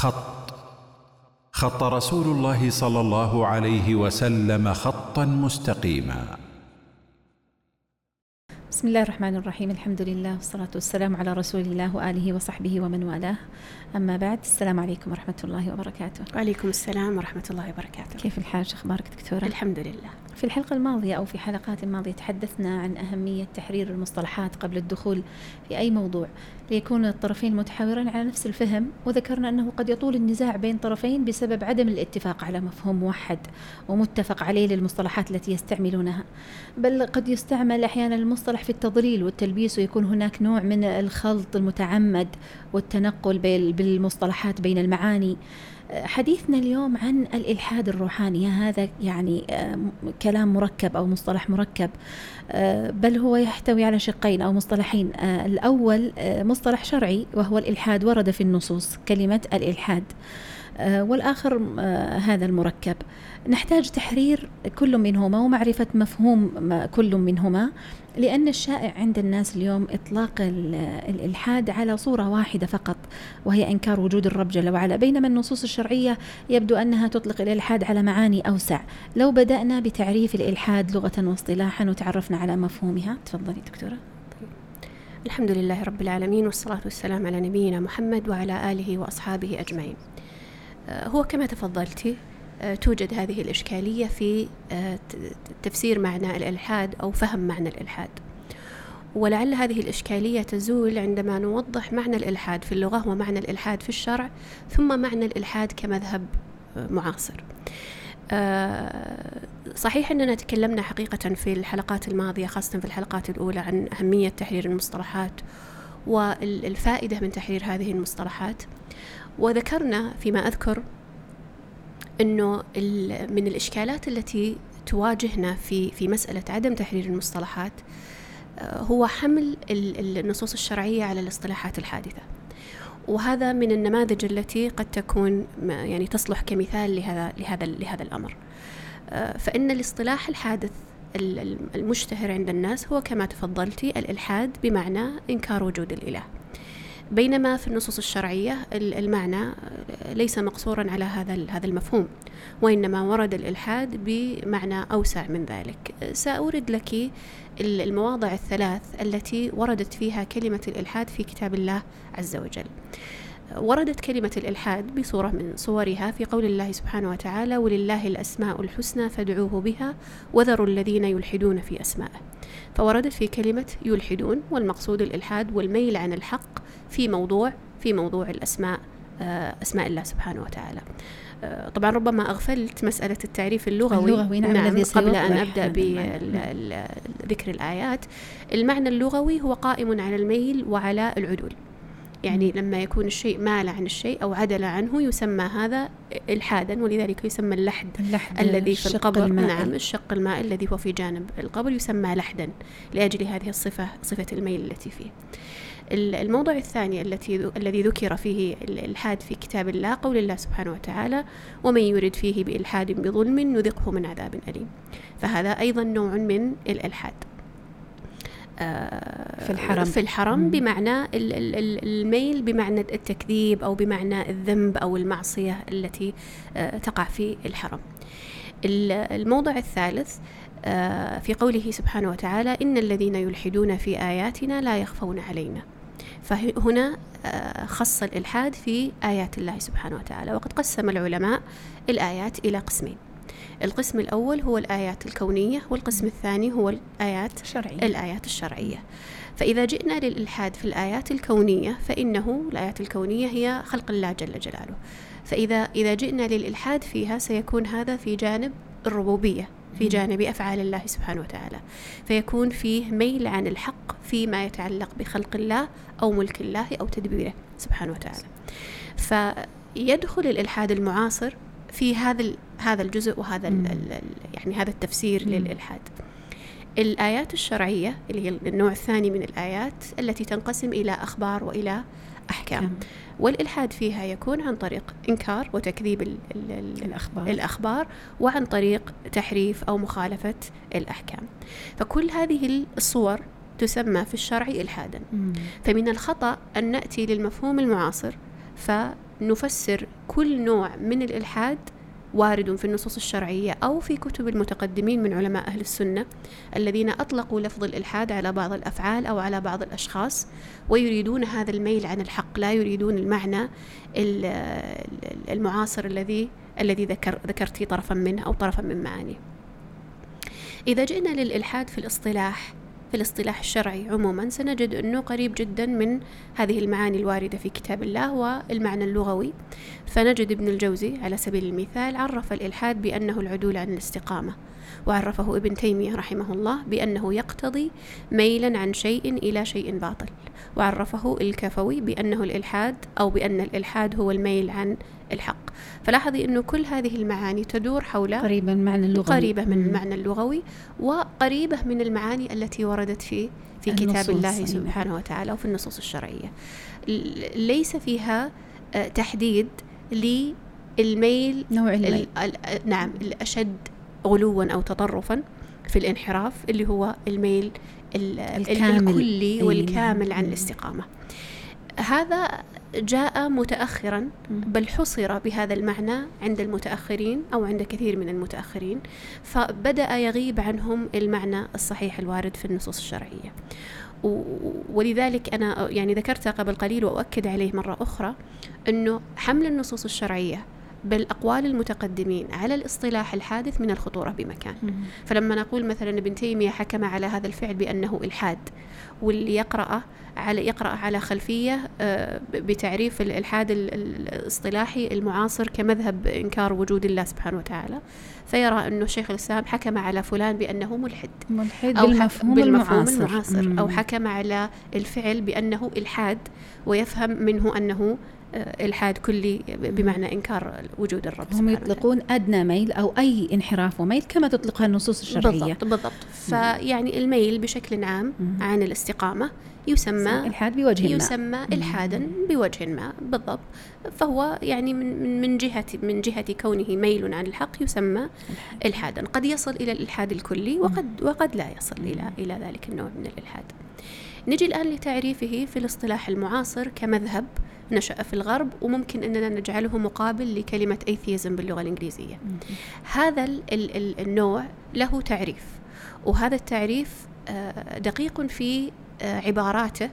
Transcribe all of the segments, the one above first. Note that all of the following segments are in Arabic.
خط رسول الله صلى الله عليه وسلم خطا مستقيما. بسم الله الرحمن الرحيم، الحمد لله والصلاة والسلام على رسول الله وآله وصحبه ومن والاه، أما بعد. السلام عليكم ورحمة الله وبركاته. وعليكم السلام ورحمة الله وبركاته. كيف الحال؟ أخبارك دكتورة؟ الحمد لله. في الحلقة الماضية أو في حلقات ماضية تحدثنا عن أهمية تحرير المصطلحات قبل الدخول في أي موضوع ليكون الطرفين متحاورين على نفس الفهم، وذكرنا أنه قد يطول النزاع بين طرفين بسبب عدم الاتفاق على مفهوم موحد ومتفق عليه للمصطلحات التي يستعملونها، بل قد يستعمل أحيانا المصطلح في التضليل والتلبيس، ويكون هناك نوع من الخلط المتعمد والتنقل بالمصطلحات بين المعاني. حديثنا اليوم عن الإلحاد الروحاني، هذا يعني كلام مركب أو مصطلح مركب، بل هو يحتوي على شقين أو مصطلحين. الأول مصطلح شرعي وهو الإلحاد، ورد في النصوص كلمة الإلحاد، والآخر هذا المركب. نحتاج تحرير كل منهما ومعرفة مفهوم كل منهما، لأن الشائع عند الناس اليوم إطلاق الإلحاد على صورة واحدة فقط، وهي إنكار وجود الرب جل وعلا، بينما النصوص الشرعية يبدو أنها تطلق الإلحاد على معاني أوسع. لو بدأنا بتعريف الإلحاد لغة واصطلاحا وتعرفنا على مفهومها. تفضلي دكتورة. الحمد لله رب العالمين، والصلاة والسلام على نبينا محمد وعلى آله وأصحابه أجمعين. هو كما تفضلتي توجد هذه الإشكالية في تفسير معنى الإلحاد أو فهم معنى الإلحاد، ولعل هذه الإشكالية تزول عندما نوضح معنى الإلحاد في اللغة ومعنى الإلحاد في الشرع، ثم معنى الإلحاد كمذهب معاصر. صحيح أننا تكلمنا حقيقة في الحلقات الماضية، خاصة في الحلقات الأولى، عن أهمية تحرير المصطلحات والفائدة من تحرير هذه المصطلحات، وذكرنا فيما أذكر أنه من الإشكالات التي تواجهنا في مسألة عدم تحرير المصطلحات هو حمل النصوص الشرعية على الاصطلاحات الحادثة، وهذا من النماذج التي قد تكون يعني تصلح كمثال لهذا الأمر. فإن الاصطلاح الحادث المشتهر عند الناس هو كما تفضلتي الإلحاد، بمعنى إنكار وجود الإله، بينما في النصوص الشرعية المعنى ليس مقصورا على هذا المفهوم، وإنما ورد الإلحاد بمعنى أوسع من ذلك. سأورد لك المواضع الثلاث التي وردت فيها كلمة الإلحاد في كتاب الله عز وجل. وردت كلمة الإلحاد بصورة من صورها في قول الله سبحانه وتعالى: ولله الأسماء الحسنى فادعوه بها وذروا الذين يلحدون في أسمائه. فوردت في كلمة يلحدون، والمقصود الإلحاد والميل عن الحق في موضوع الأسماء، أسماء الله سبحانه وتعالى. طبعا ربما أغفلت مسألة التعريف اللغوي نعم قبل أن أبدأ بذكر الآيات. المعنى اللغوي هو قائم على الميل وعلى العدول، يعني لما يكون الشيء مال عن الشيء أو عدل عنه يسمى هذا إلحادا، ولذلك يسمى اللحد الذي في القبر، نعم الشق الماء الذي هو في جانب القبر يسمى لحدا لأجل هذه صفة الميل التي فيه. الموضوع الثاني الذي ذكر فيه الإلحاد في كتاب الله قول الله سبحانه وتعالى: ومن يرد فيه بإلحاد بظلم نذقه من عذاب أليم. فهذا أيضا نوع من الإلحاد في الحرم بمعنى الميل، بمعنى التكذيب أو بمعنى الذنب أو المعصية التي تقع في الحرم. الموضع الثالث في قوله سبحانه وتعالى: إن الذين يلحدون في آياتنا لا يخفون علينا. فهنا خص الإلحاد في آيات الله سبحانه وتعالى، وقد قسم العلماء الآيات إلى قسمين. القسم الأول هو الآيات الكونية، والقسم الثاني هو الآيات الشرعية. فإذا جئنا للإلحاد في الآيات الكونية فإنه الآيات الكونية هي خلق الله جل جلاله، فإذا جئنا للإلحاد فيها سيكون هذا في جانب الربوبية، في جانب أفعال الله سبحانه وتعالى، فيكون فيه ميل عن الحق فيما يتعلق بخلق الله أو ملك الله أو تدبيره سبحانه وتعالى. فيدخل الإلحاد المعاصر في هذا الجزء وهذا يعني هذا التفسير للإلحاد. الآيات الشرعية اللي هي النوع الثاني من الآيات التي تنقسم إلى أخبار وإلى أحكام، والإلحاد فيها يكون عن طريق إنكار وتكذيب الأخبار وعن طريق تحريف أو مخالفة الأحكام. فكل هذه الصور تسمى في الشرع إلحادا. فمن الخطأ أن نأتي للمفهوم المعاصر نفسر كل نوع من الإلحاد وارد في النصوص الشرعية أو في كتب المتقدمين من علماء أهل السنة الذين أطلقوا لفظ الإلحاد على بعض الأفعال أو على بعض الأشخاص ويريدون هذا الميل عن الحق، لا يريدون المعنى المعاصر الذي ذكرتي طرفا منه أو طرفا من معانيه. إذا جئنا للإلحاد في الاصطلاح الشرعي عموما سنجد أنه قريب جدا من هذه المعاني الواردة في كتاب الله والمعنى اللغوي. فنجد ابن الجوزي على سبيل المثال عرف الإلحاد بأنه العدول عن الاستقامة، وعرفه ابن تيمية رحمه الله بأنه يقتضي ميلا عن شيء إلى شيء باطل، وعرفه الكفوي بأنه الإلحاد أو بأن الإلحاد هو الميل عن الحق. فلاحظي أنه كل هذه المعاني تدور حول قريبة من المعنى اللغوي وقريبة من المعاني التي وردت في كتاب الله سبحانه وتعالى وفي النصوص الشرعية. ليس فيها تحديد للميل نوع الميل نعم الأشد غلوا أو تطرفا في الانحراف اللي هو الميل الكلي والكامل عن الاستقامة. هذا جاء متأخرا، بل حصر بهذا المعنى عند المتأخرين أو عند كثير من المتأخرين، فبدأ يغيب عنهم المعنى الصحيح الوارد في النصوص الشرعية. ولذلك أنا يعني ذكرت قبل قليل وأؤكد عليه مرة أخرى أنه حمل النصوص الشرعية بل أقوال المتقدمين على الاصطلاح الحادث من الخطورة بمكان. فلما نقول مثلا ابن تيمية حكم على هذا الفعل بأنه إلحاد، واللي يقرأ على خلفية بتعريف الإلحاد الاصطلاحي المعاصر كمذهب إنكار وجود الله سبحانه وتعالى، فيرى أنه شيخ الإسلام حكم على فلان بأنه ملحد أو بالمفهوم المعاصر أو حكم على الفعل بأنه إلحاد ويفهم منه أنه إلحاد كلي بمعنى إنكار وجود الرب. هم يطلقون أدنى ميل أو أي انحراف وميل كما تطلقها النصوص الشرعية. بالضبط. فيعني الميل بشكل عام عن الاستقامة يسمى إلحاد بوجه ما، يسمى إلحادا بوجه ما. بالضبط. فهو يعني من جهة كونه ميل عن الحق يسمى إلحادا. قد يصل إلى الإلحاد الكلي وقد لا يصل إلى ذلك النوع من الإلحاد. نجي الآن لتعريفه في الاصطلاح المعاصر كمذهب نشأ في الغرب، وممكن أننا نجعله مقابل لكلمة atheism باللغة الإنجليزية. هذا النوع له تعريف، وهذا التعريف دقيق في عباراته،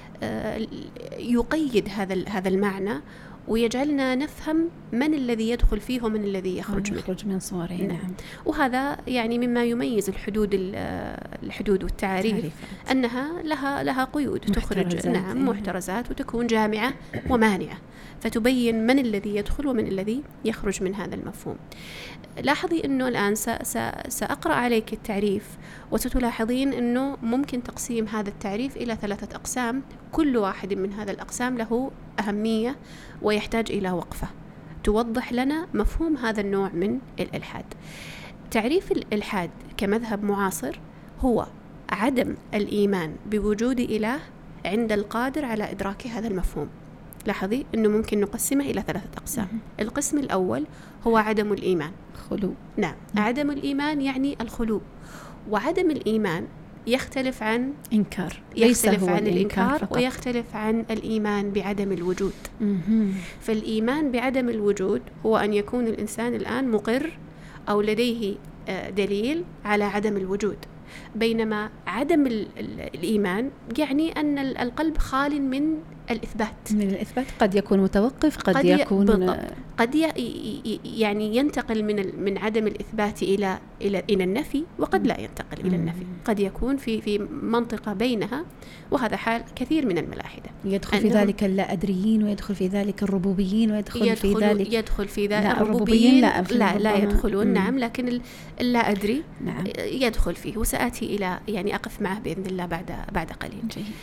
يقيد هذا المعنى ويجعلنا نفهم من الذي يدخل فيه ومن الذي يخرج من صوره. نعم. وهذا يعني مما يميز الحدود والتعاريف أنها لها قيود تخرج محترزات وتكون جامعة ومانعة، فتبين من الذي يدخل ومن الذي يخرج من هذا المفهوم. لاحظي أنه الآن سأقرأ عليك التعريف، وستلاحظين أنه ممكن تقسيم هذا التعريف إلى 3 أقسام، كل واحد من هذا الأقسام له أهمية ويحتاج إلى وقفة توضح لنا مفهوم هذا النوع من الإلحاد. تعريف الإلحاد كمذهب معاصر هو عدم الإيمان بوجود إله عند القادر على إدراك هذا المفهوم. لاحظي أنه ممكن نقسمه إلى 3 أقسام. القسم الأول هو عدم الإيمان، خلو. نعم، عدم الإيمان يعني الخلو، وعدم الإيمان يختلف عن إنكار، يختلف عن الإنكار ويختلف عن الإيمان بعدم الوجود. فالإيمان بعدم الوجود هو أن يكون الإنسان الآن مقر أو لديه دليل على عدم الوجود، بينما عدم الإيمان يعني أن القلب خال من الإثبات. قد يكون متوقف، قد يكون بالضبط. قد يعني ينتقل من عدم الإثبات إلى النفي، وقد لا ينتقل إلى النفي، قد يكون في منطقة بينها، وهذا حال كثير من الملاحدة. يدخل في ذلك اللا أدريين، ويدخل في ذلك الربوبيين، ويدخل في ذلك الربوبيين لا يدخلون. نعم، لكن اللا أدري نعم يدخل فيه، وسآتي إلى يعني أقف معه بإذن الله بعد قليل.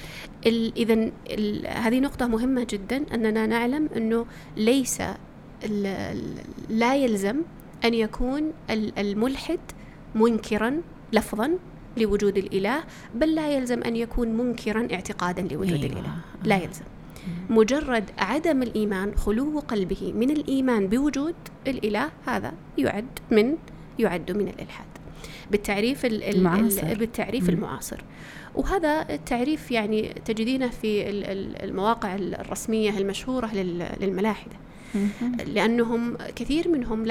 إذن هذه نقطة مهمة جدا، أننا نعلم أنه ليس لا يلزم أن يكون الملحد منكرا لفظا لوجود الإله، بل لا يلزم أن يكون منكرا اعتقادا لوجود الإله. لا يلزم. مجرد عدم الإيمان، خلو قلبه من الإيمان بوجود الإله، هذا يعد من الإلحاد بالتعريف المعاصر. وهذا التعريف يعني تجدينه في المواقع الرسمية المشهورة للملاحدة. لأنهم كثير منهم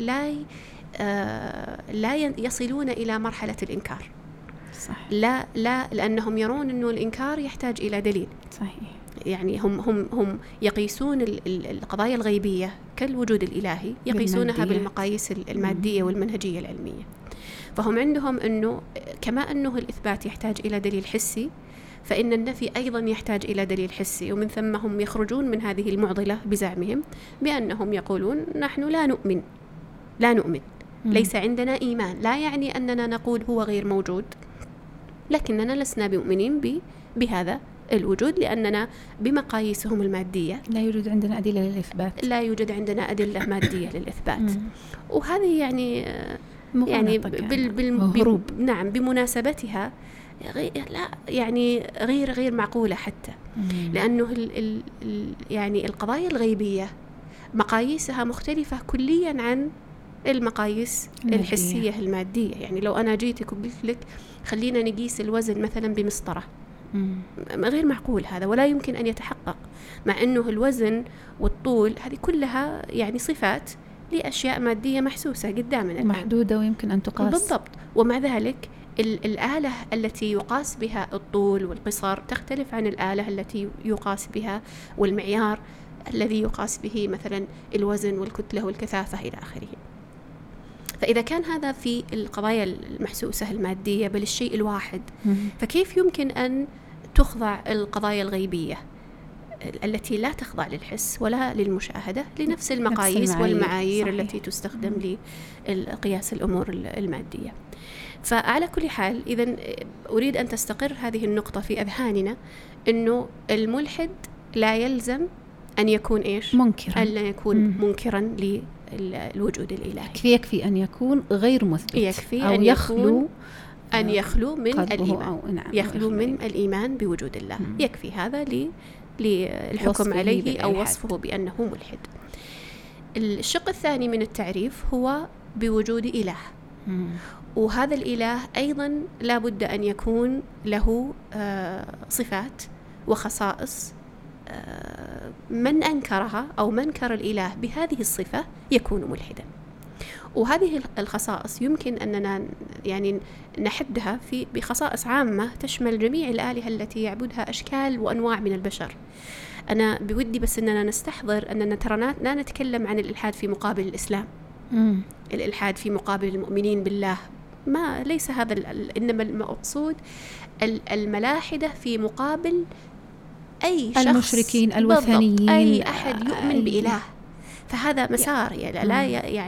لا يصلون إلى مرحلة الإنكار. صح. لا لأنهم يرون أنه الإنكار يحتاج إلى دليل. صحيح. يعني هم يقيسون القضايا الغيبية كالوجود الإلهي، يقيسونها بالمقاييس المادية والمنهجية العلمية. فهم عندهم أنه كما أنه الإثبات يحتاج إلى دليل حسي، فإن النفي أيضا يحتاج إلى دليل حسي. ومن ثم هم يخرجون من هذه المعضلة بزعمهم بأنهم يقولون نحن لا نؤمن ليس عندنا إيمان. لا يعني أننا نقول هو غير موجود، لكننا لسنا بمؤمنين بهذا الوجود، لأننا بمقاييسهم المادية لا يوجد عندنا أدلة للإثبات، لا يوجد عندنا أدلة مادية للإثبات. وهذه يعني نعم بمناسبتها لا يعني غير معقولة حتى، لأنه يعني القضايا الغيبية مقاييسها مختلفة كليا عن المقاييس الحسية المادية. يعني لو أنا جيتك وقلت لك خلينا نقيس الوزن مثلا بمسطرة، غير معقول هذا، ولا يمكن أن يتحقق، مع أنه الوزن والطول هذه كلها يعني صفات لأشياء مادية محسوسة قدامنا محدودة ويمكن أن تقاس بالضبط. ومع ذلك الآلة التي يقاس بها الطول والقصر تختلف عن الآلة التي يقاس بها، والمعيار الذي يقاس به مثلا الوزن والكتلة والكثافة إلى آخره. فإذا كان هذا في القضايا المحسوسة المادية بل الشيء الواحد، فكيف يمكن أن تخضع القضايا الغيبية التي لا تخضع للحس ولا للمشاهدة لنفس المقاييس والمعايير التي تستخدم لقياس الأمور المادية؟ فعلى كل حال إذن أريد أن تستقر هذه النقطة في أذهاننا، أنه الملحد لا يلزم أن يكون منكرا، ألا يكون منكرا للوجود الإلهي. يكفي أن يكون غير مثبت، يكفي أو أن يخلو من الإيمان، يخلو من الإيمان بوجود الله. يكفي هذا للحكم عليه أو وصفه بأنه ملحد. الشق الثاني من التعريف هو بوجود إله، وهذا الإله أيضا لا بد أن يكون له صفات وخصائص. من أنكرها أو من أنكر الإله بهذه الصفة يكون ملحدا. وهذه الخصائص يمكن أننا يعني نحدها بخصائص عامة تشمل جميع الآلهة التي يعبدها أشكال وأنواع من البشر. أنا بودي بس أننا نستحضر أننا ترى لا نتكلم عن الإلحاد في مقابل الإسلام، الإلحاد في مقابل المؤمنين بالله، ما ليس هذا، إنما المقصود الملاحدة في في أي شخص، المشركين الوثنيين، أي أحد يؤمن بإله. فهذا مسار لا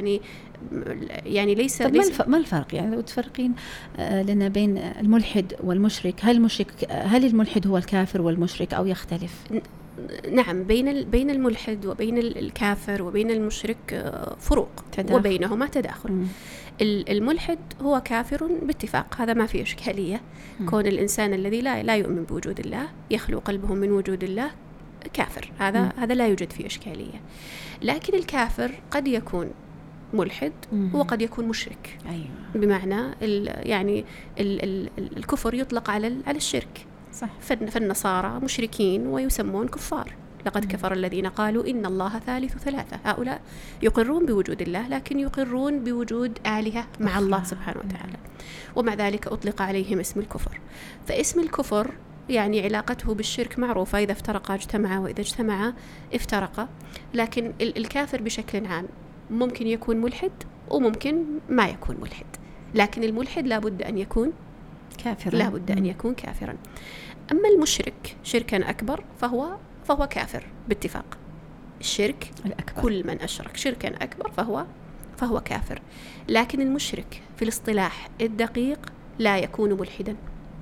يعني ليس ما الفرق يعني لو تفرقين لنا بين الملحد والمشرك؟ هل الملحد هو الكافر والمشرك أو يختلف؟ نعم، بين الملحد وبين الكافر وبين المشرك فروق وبينهما تداخل. الملحد هو كافر باتفاق، هذا ما فيه إشكالية. كون الإنسان الذي لا يؤمن بوجود الله يخلو قلبه من وجود الله كافر، هذا لا يوجد فيه إشكالية. لكن الكافر قد يكون ملحد وقد يكون مشرك. أيوة. بمعنى يعني الكفر يطلق على الشرك. صح. فالنصارى مشركين ويسمون كفار. لقد كفر الذين قالوا إن الله ثالث ثلاثة. هؤلاء يقرون بوجود الله، لكن يقرون بوجود آلهة مع الله سبحانه وتعالى، ومع ذلك أطلق عليهم اسم الكفر. فاسم الكفر يعني علاقته بالشرك معروفة، إذا افترقا اجتمعا وإذا اجتمعا افترقا. لكن الكافر بشكل عام ممكن يكون ملحد وممكن ما يكون ملحد، لكن الملحد لابد أن يكون كافرا، لابد أن يكون كافرا. أما المشرك شركا أكبر فهو كافر باتفاق. الشرك الأكبر، كل من أشرك شركا أكبر فهو كافر. لكن المشرك في الاصطلاح الدقيق لا يكون ملحدا.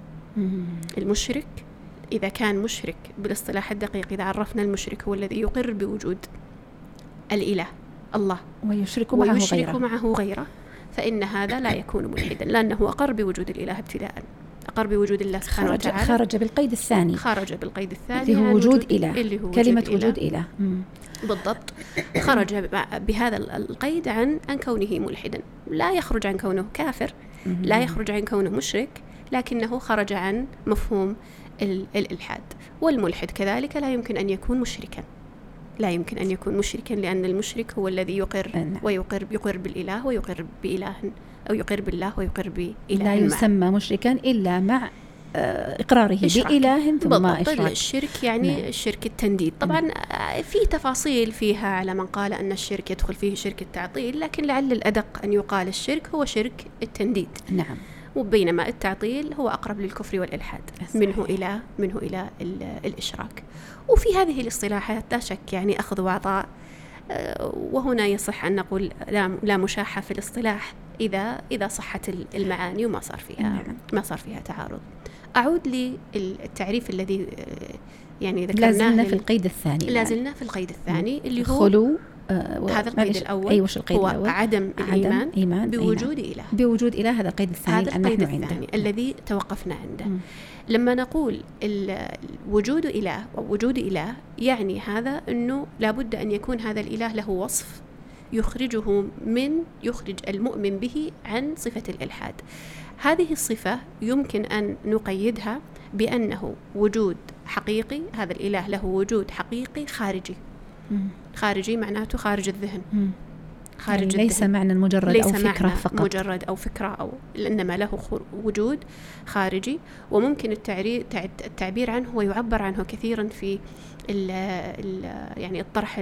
المشرك إذا كان مشرك بالاصطلاح الدقيق، إذا عرفنا المشرك هو الذي يقر بوجود الإله الله ويشرك معه غيره، فإن هذا لا يكون ملحدا، لأنه أقر بوجود الإله ابتداء، أقر بوجود الله سبحانه وتعالى. خرج بالقيد الثاني اللي هو وجود إله، كلمة وجود إله. بالضبط. خرج بهذا القيد عن كونه ملحدا. لا يخرج عن كونه كافر، لا يخرج عن كونه مشرك، لكنه خرج عن مفهوم الإلحاد. والملحد كذلك لا يمكن أن يكون مشركا، لا يمكن أن يكون مشركا، لأن المشرك هو الذي يقر ويقر بالإله ويقر بإله، أو يقر بالله ويقر بإله. لا يسمى مشركا إلا مع إقراره بإله ثم إشراك. الشرك يعني الشرك التنديد. طبعا في تفاصيل فيها على من قال أن الشرك يدخل فيه شرك التعطيل، لكن لعل الأدق أن يقال الشرك هو شرك التنديد. نعم. وبينما التعطيل هو أقرب للكفر والإلحاد، منه إلى الإشراك. وفي هذه الاصطلاحات لا شك يعني أخذ وعطاء، وهنا يصح أن نقول لا مشاحة في الاصطلاح إذا صحت المعاني وما صار فيها تعارض. أعود للتعريف الذي يعني ذكرناه. لازلنا في القيد الثاني اللي هو خلو هذا القيد الأول. هو عدم الإيمان بوجود إله. هذا القيد الثاني الذي توقفنا عنده. لما نقول وجود إله يعني هذا أنه لابد أن يكون هذا الإله له وصف يخرج المؤمن به عن صفة الإلحاد. هذه الصفة يمكن أن نقيدها بأنه وجود حقيقي، هذا الإله له وجود حقيقي خارجي معناته خارج الذهن، يعني ليس معنى مجرد أو فكرة فقط، مجرد أو فكرة أو إنما له وجود خارجي. وممكن التعبير عنه ويعبر عنه كثيرا في يعني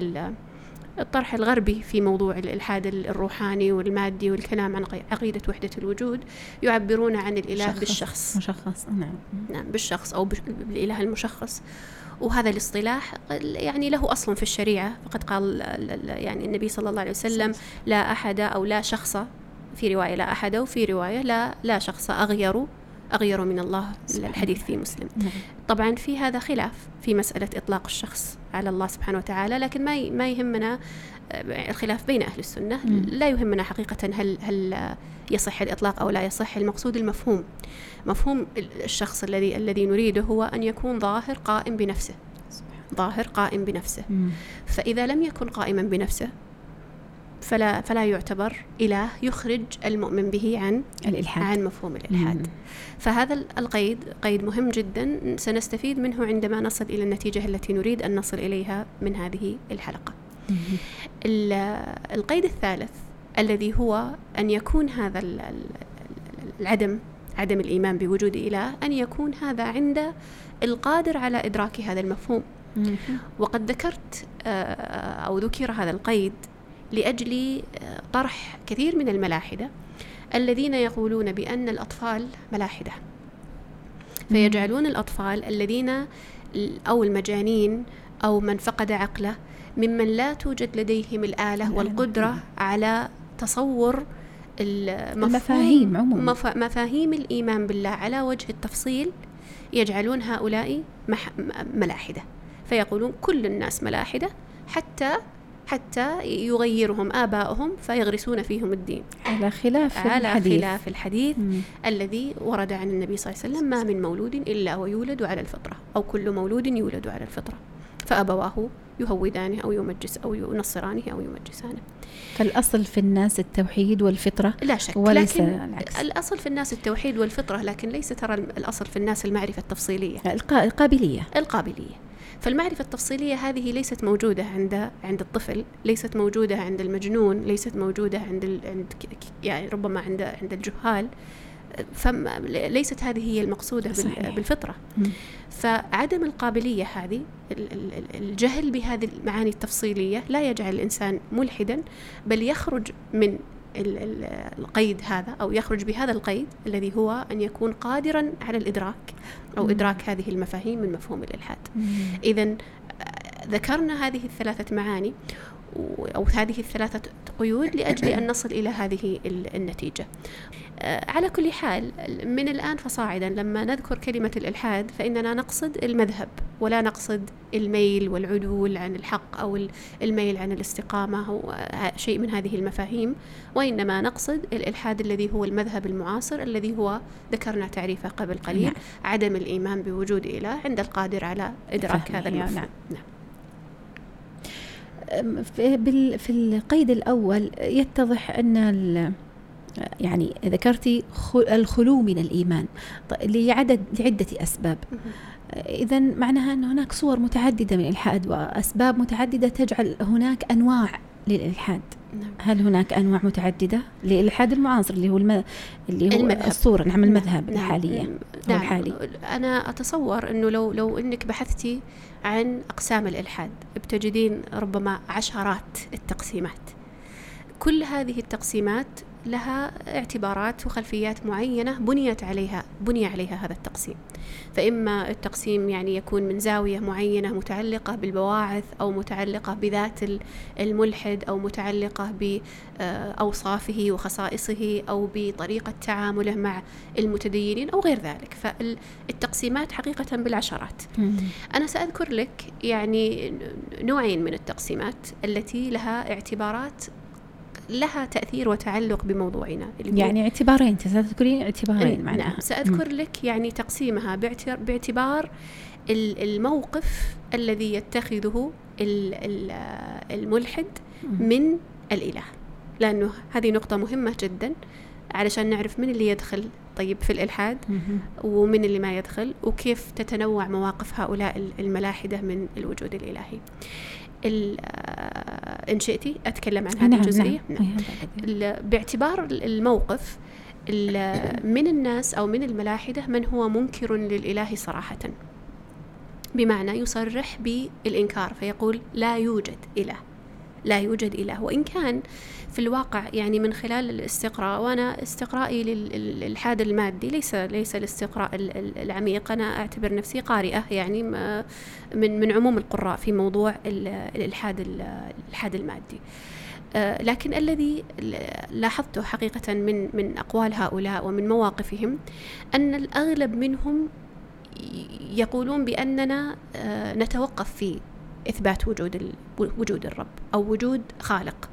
الطرح الغربي في موضوع الإلحاد الروحاني والمادي والكلام عن عقيدة وحدة الوجود، يعبرون عن الإله بالشخص مشخص. نعم بالشخص أو بالإله المشخص. وهذا الاصطلاح يعني له أصل في الشريعة، فقد قال يعني النبي صلى الله عليه وسلم لا أحد أو لا شخص، في رواية لا أحد وفي رواية لا شخص أغير من الله، الحديث في مسلم. طبعا في هذا خلاف في مسألة إطلاق الشخص على الله سبحانه وتعالى، لكن ما يهمنا الخلاف بين أهل السنة. لا يهمنا حقيقة هل يصح الإطلاق أو لا يصح. المقصود مفهوم الشخص الذي نريده هو أن يكون ظاهر قائم بنفسه. فإذا لم يكن قائما بنفسه فلا يعتبر إله يخرج المؤمن به عن مفهوم الإلحاد. فهذا القيد قيد مهم جدا، سنستفيد منه عندما نصل إلى النتيجة التي نريد أن نصل إليها من هذه الحلقة. القيد الثالث الذي هو أن يكون هذا عدم الإيمان بوجود إله، أن يكون هذا عند القادر على إدراك هذا المفهوم. وقد ذكر هذا القيد لأجل طرح كثير من الملاحدة الذين يقولون بأن الأطفال ملاحدة، فيجعلون الأطفال الذين أو المجانين أو من فقد عقله ممن لا توجد لديهم الآلة والقدرة على تصور مفاهيم الإيمان بالله على وجه التفصيل، يجعلون هؤلاء ملاحدة، فيقولون كل الناس ملاحدة حتى يغيرهم آبائهم فيغرسون فيهم الدين، على خلاف الحديث الذي ورد عن النبي صلى الله عليه وسلم: ما من مولود إلا ويولد على الفطرة، أو كل مولود يولد على الفطرة، فأبواه يهودانه أو ينصرانه أو يمجسانه. فالأصل في الناس التوحيد والفطرة لا شك، وليس لكن العكس. الأصل في الناس التوحيد والفطرة، لكن ليس ترى الأصل في الناس المعرفة التفصيلية، القابلية. فالمعرفة التفصيلية هذه ليست موجودة عند الطفل، ليست موجودة عند المجنون، ليست موجودة يعني ربما عند الجهال، فليست هذه هي المقصودة بالفطرة. فعدم القابلية هذه، الجهل بهذه المعاني التفصيلية، لا يجعل الإنسان ملحدا، بل يخرج من القيد هذا، أو يخرج بهذا القيد الذي هو أن يكون قادرا على الإدراك أو إدراك هذه المفاهيم من مفهوم الإلحاد. إذن ذكرنا هذه الثلاثة معاني أو هذه الثلاثة قيود لأجل أن نصل إلى هذه النتيجة. على كل حال، من الآن فصاعدا لما نذكر كلمة الإلحاد فإننا نقصد المذهب، ولا نقصد الميل والعدول عن الحق أو الميل عن الاستقامة أو شيء من هذه المفاهيم، وإنما نقصد الإلحاد الذي هو المذهب المعاصر، الذي هو ذكرنا تعريفه قبل قليل: عدم الإيمان بوجود إله عند القادر على إدراك هذا المفهوم. نعم. في القيد الأول يتضح أن يعني ذكرتي الخلو من الإيمان لعدة أسباب. إذا معناها أن هناك صور متعددة من الإلحاد وأسباب متعددة تجعل هناك أنواع للإلحاد. نعم. هل هناك أنواع متعددة للإلحاد المعاصر اللي هو المذهب. الصورة، نعم، المذهب نعم. الحالية. نعم. الحالي. أنا أتصور أنه لو أنك بحثتي عن أقسام الإلحاد بتجدين ربما عشرات التقسيمات. كل هذه التقسيمات لها اعتبارات وخلفيات معينة بني عليها هذا التقسيم. فإما التقسيم يعني يكون من زاوية معينة متعلقة بالبواعث، أو متعلقة بذات الملحد، أو متعلقة بأوصافه وخصائصه، أو بطريقة تعامله مع المتدينين أو غير ذلك. فالتقسيمات حقيقة بالعشرات. أنا سأذكر لك يعني نوعين من التقسيمات التي لها اعتبارات، لها تأثير وتعلق بموضوعنا. يعني اعتبارين، تذكرين اعتبارين معناها. نعم. سأذكر لك يعني تقسيمها باعتبار الموقف الذي يتخذه الملحد من الإله، لأنه هذه نقطة مهمة جدا علشان نعرف من اللي يدخل طيب في الإلحاد ومن اللي ما يدخل، وكيف تتنوع مواقف هؤلاء الملاحدة من الوجود الإلهي. إن شئتي أتكلم عن هذه الجزئية. نعم. باعتبار الموقف من الناس أو من الملاحدة من هو منكر للإله صراحة، بمعنى يصرح بالإنكار فيقول لا يوجد إله، لا يوجد إله. وإن كان في الواقع يعني من خلال الاستقراء، وأنا استقرائي للإلحاد المادي ليس الاستقراء العميق، أنا أعتبر نفسي قارئة يعني من عموم القراء في موضوع الإلحاد المادي. لكن الذي لاحظته حقيقة من أقوال هؤلاء ومن مواقفهم أن الأغلب منهم يقولون بأننا نتوقف في إثبات وجود الرب أو وجود خالق.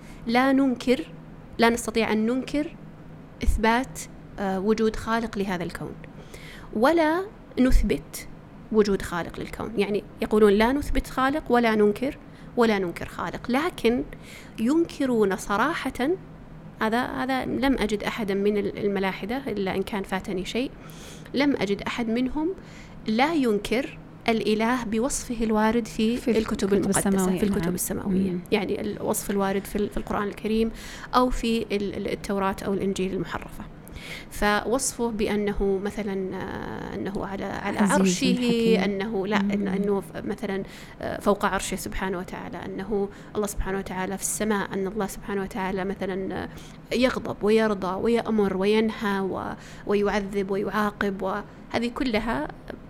لا نستطيع أن ننكر إثبات وجود خالق لهذا الكون، ولا نثبت وجود خالق للكون. يعني يقولون لا نثبت خالق ولا ننكر خالق، لكن ينكرون صراحة. هذا لم أجد أحدا من الملاحدة إلا إن كان فاتني شيء، لم أجد أحد منهم لا ينكر الإله بوصفه الوارد في الكتب المقدسة، في الكتب السماوية. يعني الوصف الوارد في القرآن الكريم أو في التوراة أو الإنجيل المحرفة. فوصفه بأنه مثلا أنه على عرشه، أنه لا أنه مثلا فوق عرشه سبحانه وتعالى، أنه الله سبحانه وتعالى في السماء، أن الله سبحانه وتعالى مثلا يغضب ويرضى ويأمر وينهى ويعذب ويعاقب. وهذه كلها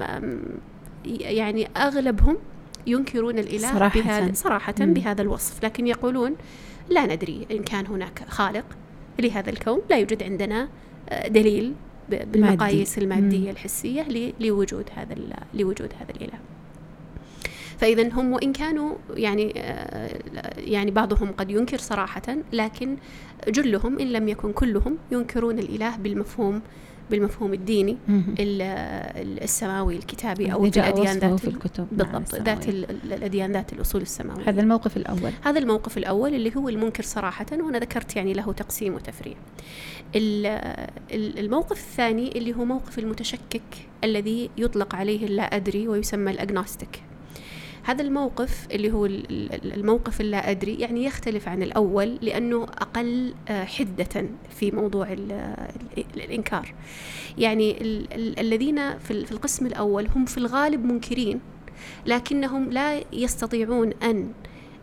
يعني أغلبهم ينكرون الإله صراحة بهذا الوصف، لكن يقولون لا ندري إن كان هناك خالق لهذا الكون، لا يوجد عندنا دليل بالمقاييس المادية الحسية لوجود هذا الإله. فإذا هم وإن كانوا يعني بعضهم قد ينكر صراحة، لكن جلهم إن لم يكن كلهم ينكرون الإله بالمفهوم الديني السماوي الكتابي أو الأديان ذات الكتب. بالضبط، ذات الأديان ذات الأصول السماوية. هذا الموقف الأول اللي هو المنكر صراحة، وأنا ذكرت يعني له تقسيم وتفريع. الموقف الثاني اللي هو موقف المتشكك الذي يطلق عليه اللا أدري ويسمى الأجنوستيك. هذا الموقف اللي هو الموقف اللا أدري يعني يختلف عن الأول لأنه أقل حدة في موضوع الإنكار. يعني الذين في القسم الأول هم في الغالب منكرين، لكنهم لا يستطيعون أن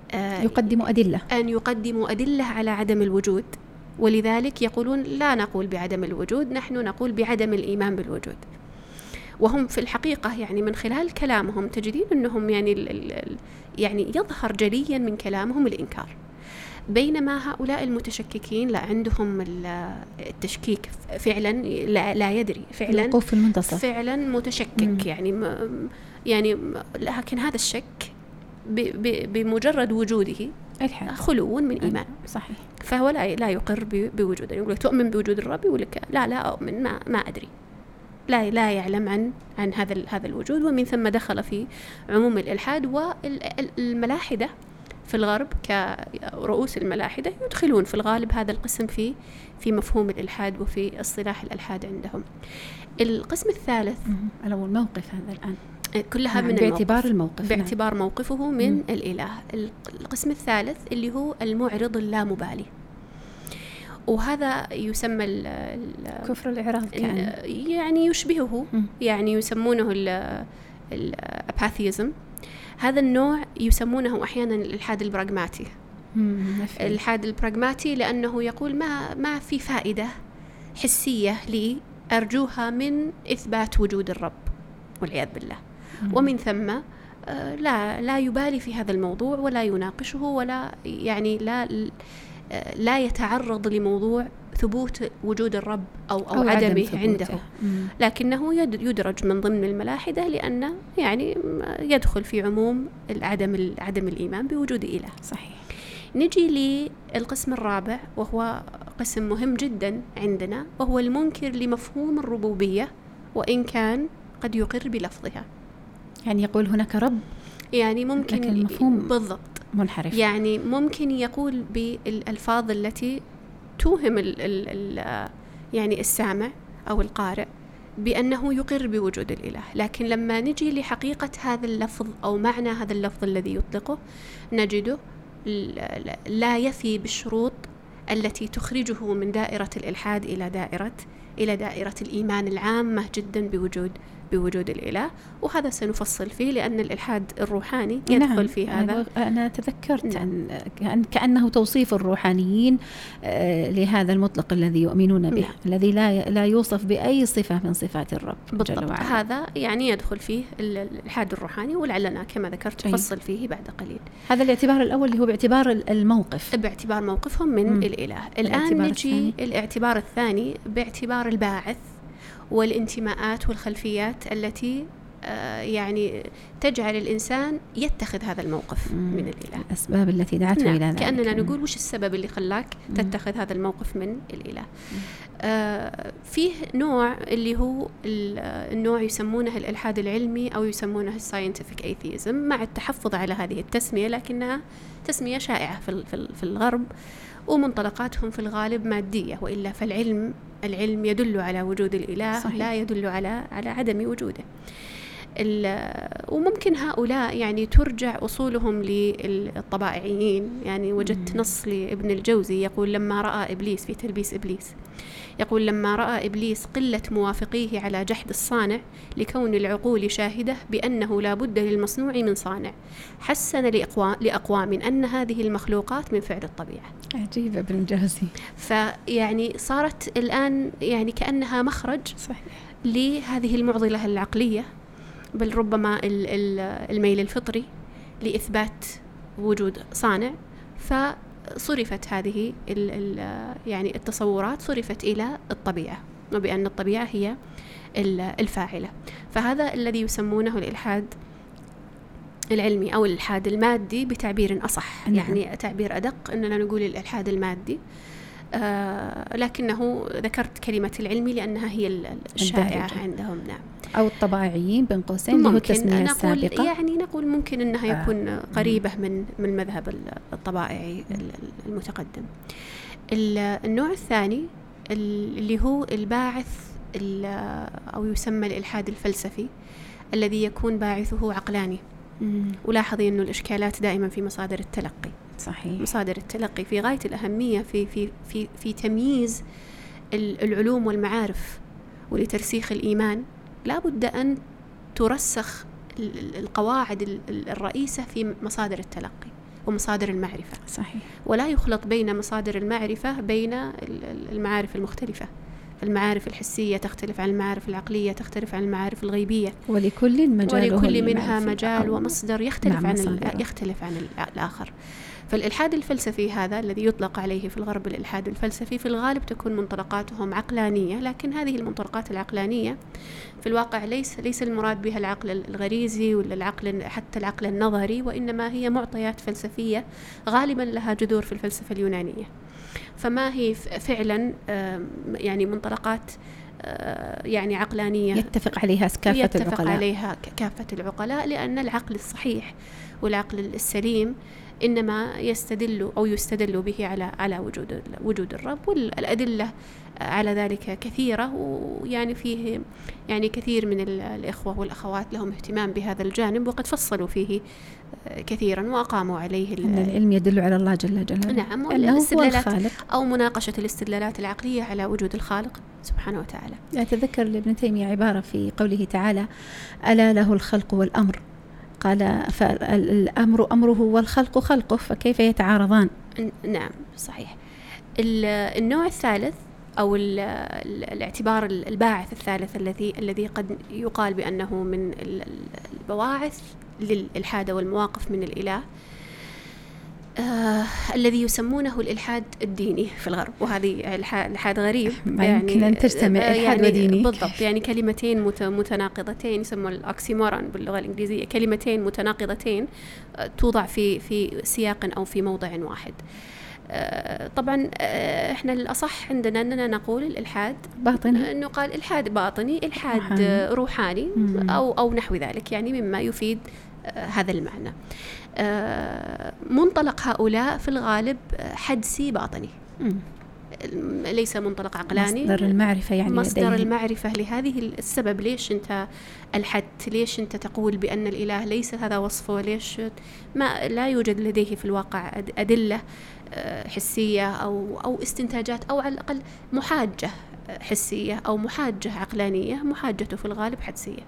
يقدموا أدلة على عدم الوجود، ولذلك يقولون لا نقول بعدم الوجود، نحن نقول بعدم الإيمان بالوجود. وهم في الحقيقة يعني من خلال كلامهم تجدين أنهم يعني يظهر جليا من كلامهم الإنكار، بينما هؤلاء المتشككين لا عندهم التشكيك فعلا، لا يدري فعلا، الوقوف في المنتصف، فعلا متشكك. يعني لكن هذا الشك بمجرد وجوده خلو من إيمان. صحيح. فهو لا يقر بوجوده. يقول لك تؤمن بوجود الرب، يقول لك لا أؤمن، ما أدري، لا يعلم عن هذا الوجود. ومن ثم دخل في عموم الإلحاد. والملاحدة في الغرب كرؤوس الملاحدة يدخلون في الغالب هذا القسم في مفهوم الإلحاد وفي اصطلاح الإلحاد عندهم. القسم الثالث، الموقف هذا الآن كلها من باعتبار الموقف، باعتبار موقفه من الإله. القسم الثالث اللي هو المعرض اللامبالي، وهذا يسمى كفر الإعراض، يعني يشبهه، يعني يسمونه الأباثيزم. هذا النوع يسمونه أحيانا الإلحاد البراغماتي. الإلحاد البراغماتي لأنه يقول ما في فائدة حسية لي أرجوها من إثبات وجود الرب والعياذ بالله، ومن ثم لا يبالي في هذا الموضوع ولا يناقشه، ولا يعني لا يتعرض لموضوع ثبوت وجود الرب أو عدمه عنده، لكنه يدرج من ضمن الملاحدة لأنه يعني يدخل في عموم عدم الإيمان بوجود إله. صحيح. نجي للقسم الرابع، وهو قسم مهم جدا عندنا، وهو المنكر لمفهوم الربوبية وإن كان قد يقر بلفظها. يعني يقول هناك رب، يعني ممكن المفهوم بالضبط منحرف، يعني ممكن يقول بالألفاظ التي توهم يعني السامع أو القارئ بأنه يقر بوجود الإله، لكن لما نجي لحقيقة هذا اللفظ أو معنى هذا اللفظ الذي يطلقه نجده لا يفي بالشروط التي تخرجه من دائرة الإلحاد إلى دائرة الإيمان العامة جدا بوجود الإله. وهذا سنفصل فيه لأن الإلحاد الروحاني يدخل في هذا. أنا تذكرت كأنه توصيف الروحانيين لهذا المطلق الذي يؤمنون به، الذي لا يوصف بأي صفة من صفات الرب بالضبط. هذا يعني يدخل فيه الإلحاد الروحاني، ولعلنا كما ذكرت نفصل فيه بعد قليل. هذا الاعتبار الأول اللي هو باعتبار الموقف، باعتبار موقفهم من الإله. الآن نجي الاعتبار الثاني باعتبار الباعث والانتماءات والخلفيات التي يعني تجعل الإنسان يتخذ هذا الموقف من الإله، الأسباب التي دعته إلى ذلك. كأننا نقول وش السبب اللي خلاك تتخذ هذا الموقف من الإله. فيه نوع اللي هو النوع يسمونه الإلحاد العلمي أو يسمونه الساينتفك ايثيزم، مع التحفظ على هذه التسمية، لكنها تسمية شائعة في الغرب، ومنطلقاتهم في الغالب مادية، وإلا فالعلم يدل على وجود الإله. صحيح. لا يدل على عدم وجوده. وممكن هؤلاء يعني ترجع أصولهم للطبائعيين. يعني وجدت نص لابن الجوزي يقول لما رأى إبليس في تلبيس إبليس، يقول لما رأى إبليس قلة موافقيه على جحد الصانع لكون العقول شاهدة بأنه لا بد للمصنوع من صانع، حسن لأقوام أن هذه المخلوقات من فعل الطبيعة. عجيب ابن الجوزي. فيعني صارت الآن يعني كأنها مخرج صحيح لهذه المعضلة العقلية، بل ربما الميل الفطري لإثبات وجود صانع. فصرفت هذه يعني التصورات صرفت إلى الطبيعة، وبأن الطبيعة هي الفاعلة. فهذا الذي يسمونه الإلحاد العلمي أو الإلحاد المادي بتعبير أصح. يعني تعبير أدق أننا نقول الإلحاد المادي، لكنه ذكرت كلمة العلمي لأنها هي الشائعة عندهم. نعم. أو الطبائعيين بين قوسين، اللي هو التسمية السابقة. يعني نقول ممكن أنها يكون قريبة من مذهب الطبائعي المتقدم. النوع الثاني اللي هو الباعث أو يسمى الإلحاد الفلسفي، الذي يكون باعثه عقلاني. ولاحظي أنه الإشكالات دائما في مصادر التلقي. صحيح. مصادر التلقي في غاية الأهمية في تمييز العلوم والمعارف، ولترسيخ الإيمان لا بد أن ترسخ القواعد الرئيسة في مصادر التلقي ومصادر المعرفة. صحيح. ولا يخلط بين مصادر المعرفة بين المعارف المختلفة. المعارف الحسية تختلف عن المعارف العقلية، تختلف عن المعارف الغيبية، ولكل منها مجال ومصدر يختلف عن الآخر. فالإلحاد الفلسفي هذا الذي يطلق عليه في الغرب الإلحاد الفلسفي، في الغالب تكون منطلقاتهم عقلانية، لكن هذه المنطلقات العقلانية في الواقع ليس المراد بها العقل الغريزي ولا حتى العقل النظري، وإنما هي معطيات فلسفية غالبا لها جذور في الفلسفة اليونانية. فما هي فعلا يعني منطلقات يعني عقلانية يتفق عليها كافة العقلاء، لأن العقل الصحيح والعقل السليم إنما يستدل به على وجود الرب، والأدلة على ذلك كثيرة، ويعني فيه يعني كثير من الإخوة والأخوات لهم اهتمام بهذا الجانب، وقد فصلوا فيه كثيرا وأقاموا عليه. أن العلم يدل على الله جل جلاله. نعم، والاستدلالات أو مناقشة الاستدلالات العقلية على وجود الخالق سبحانه وتعالى. أتذكر لابن تيمية عبارة في قوله تعالى: ألا له الخلق والأمر، قال فالأمر أمره والخلق خلقه، فكيف يتعارضان؟ نعم صحيح. النوع الثالث أو الاعتبار الباعث الثالث الذي قد يقال بأنه من البواعث للإلحاد والمواقف من الإله، الذي يسمونه الإلحاد الديني في الغرب. وهذه الإلحاد غريب، يعني يمكن أن تجتمع إلحاد وديني بالضبط. يعني كلمتين متناقضتين، يسمون الأكسيمورون باللغة الإنجليزية، كلمتين متناقضتين توضع في سياق أو في موضع واحد. طبعا احنا الأصح عندنا أننا نقول الإلحاد باطني، أنه قال إلحاد باطني، إلحاد روحاني أو نحو ذلك، يعني مما يفيد هذا المعنى. منطلق هؤلاء في الغالب حدسي باطني، ليس منطلق عقلاني. مصدر المعرفة، يعني مصدر المعرفة لهذه السبب. ليش أنت ألحدت؟ ليش أنت تقول بأن الإله ليس هذا وصفه؟ ليش ما لا يوجد لديه في الواقع أدلة حسية أو استنتاجات، أو على الأقل محاجة حسية أو محاجة عقلانية؟ محاجته في الغالب حدسية.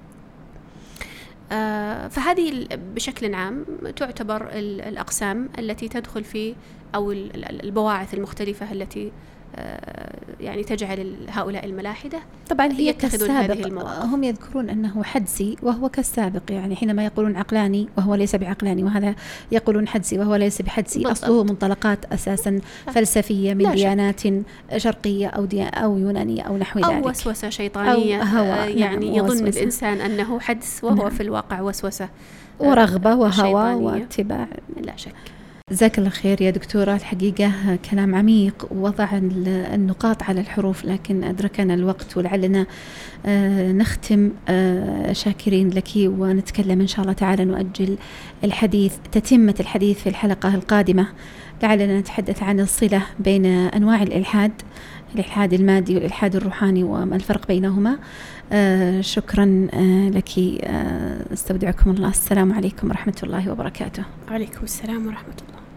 فهذه بشكل عام تعتبر الأقسام التي تدخل في أو البواعث المختلفة التي يعني تجعل هؤلاء الملاحدة طبعا هي كالسابق. هم يذكرون أنه حدسي وهو كالسابق، يعني حينما يقولون عقلاني وهو ليس بعقلاني، وهذا يقولون حدسي وهو ليس بحدسي. بالضبط. أصله منطلقات أساسا فلسفية من ديانات شرقية أو يونانية أو نحو ذلك، أو وسوسة شيطانية، أو هوى. يعني نعم، يظن وسوسة. الإنسان أنه حدس وهو نعم. في الواقع وسوسة ورغبة وهوى واتباع. لا شك. جزاك الله خير يا دكتورة، الحقيقة كلام عميق ووضع النقاط على الحروف، لكن أدركنا الوقت، ولعلنا نختم شاكرين لك، ونتكلم إن شاء الله تعالى، نؤجل تتمة الحديث في الحلقة القادمة، لعلنا نتحدث عن الصلة بين أنواع الإلحاد المادي والإلحاد الروحاني وما الفرق بينهما. شكرا لك، استودعكم الله. السلام عليكم ورحمة الله وبركاته. وعليكم السلام ورحمة الله.